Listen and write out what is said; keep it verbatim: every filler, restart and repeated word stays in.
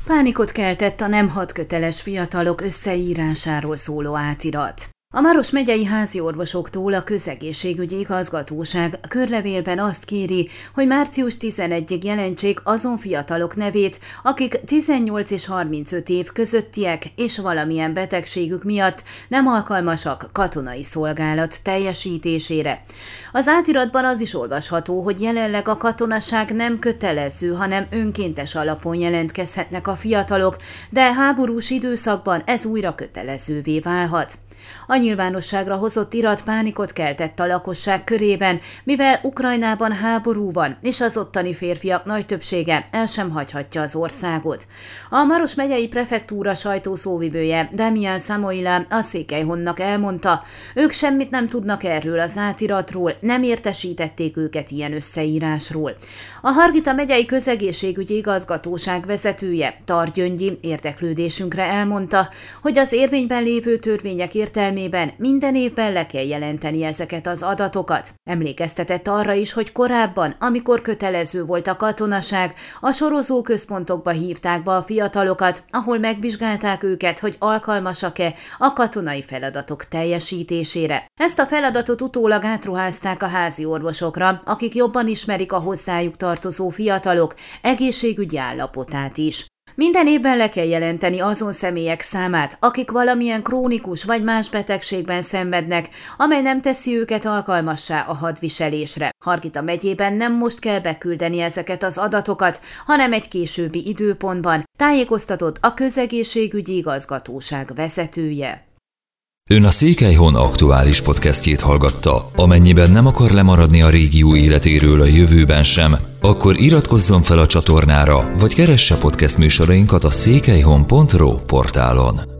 Pánikot keltett a nem hadköteles fiatalok összeírásáról szóló átirat. A Maros megyei háziorvosoktól a közegészségügyi igazgatóság körlevélben azt kéri, hogy március tizenegyedikéig jelentsék azon fiatalok nevét, akik tizennyolc és harmincöt év közöttiek és valamilyen betegségük miatt nem alkalmasak katonai szolgálat teljesítésére. Az átiratban az is olvasható, hogy jelenleg a katonaság nem kötelező, hanem önkéntes alapon jelentkezhetnek a fiatalok, de háborús időszakban ez újra kötelezővé válhat. A nyilvánosságra hozott irat pánikot keltett a lakosság körében, mivel Ukrajnában háború van, és az ottani férfiak nagy többsége el sem hagyhatja az országot. A Maros megyei prefektúra sajtószóvivője Damian Samoila a Székelyhonnak elmondta, ők semmit nem tudnak erről az átiratról, nem értesítették őket ilyen összeírásról. A Hargita megyei közegészségügyi igazgatóság vezetője, Tar Gyöngyi érdeklődésünkre elmondta, hogy az érvényben lévő törvények értelmében minden évben le kell jelenteni ezeket az adatokat. Emlékeztetett arra is, hogy korábban, amikor kötelező volt a katonaság, a sorozóközpontokba hívták be a fiatalokat, ahol megvizsgálták őket, hogy alkalmasak-e a katonai feladatok teljesítésére. Ezt a feladatot utólag átruházták a házi orvosokra, akik jobban ismerik a hozzájuk tartozó fiatalok egészségügyi állapotát is. Minden évben le kell jelenteni azon személyek számát, akik valamilyen krónikus vagy más betegségben szenvednek, amely nem teszi őket alkalmassá a hadviselésre. Hargita megyében nem most kell beküldeni ezeket az adatokat, hanem egy későbbi időpontban, tájékoztatott a közegészségügyi igazgatóság vezetője. Ön a Székelyhon aktuális podcastjét hallgatta. Amennyiben nem akar lemaradni a régió életéről a jövőben sem, akkor iratkozzon fel a csatornára, vagy keresse podcast műsorainkat a székelyhon pont ro portálon.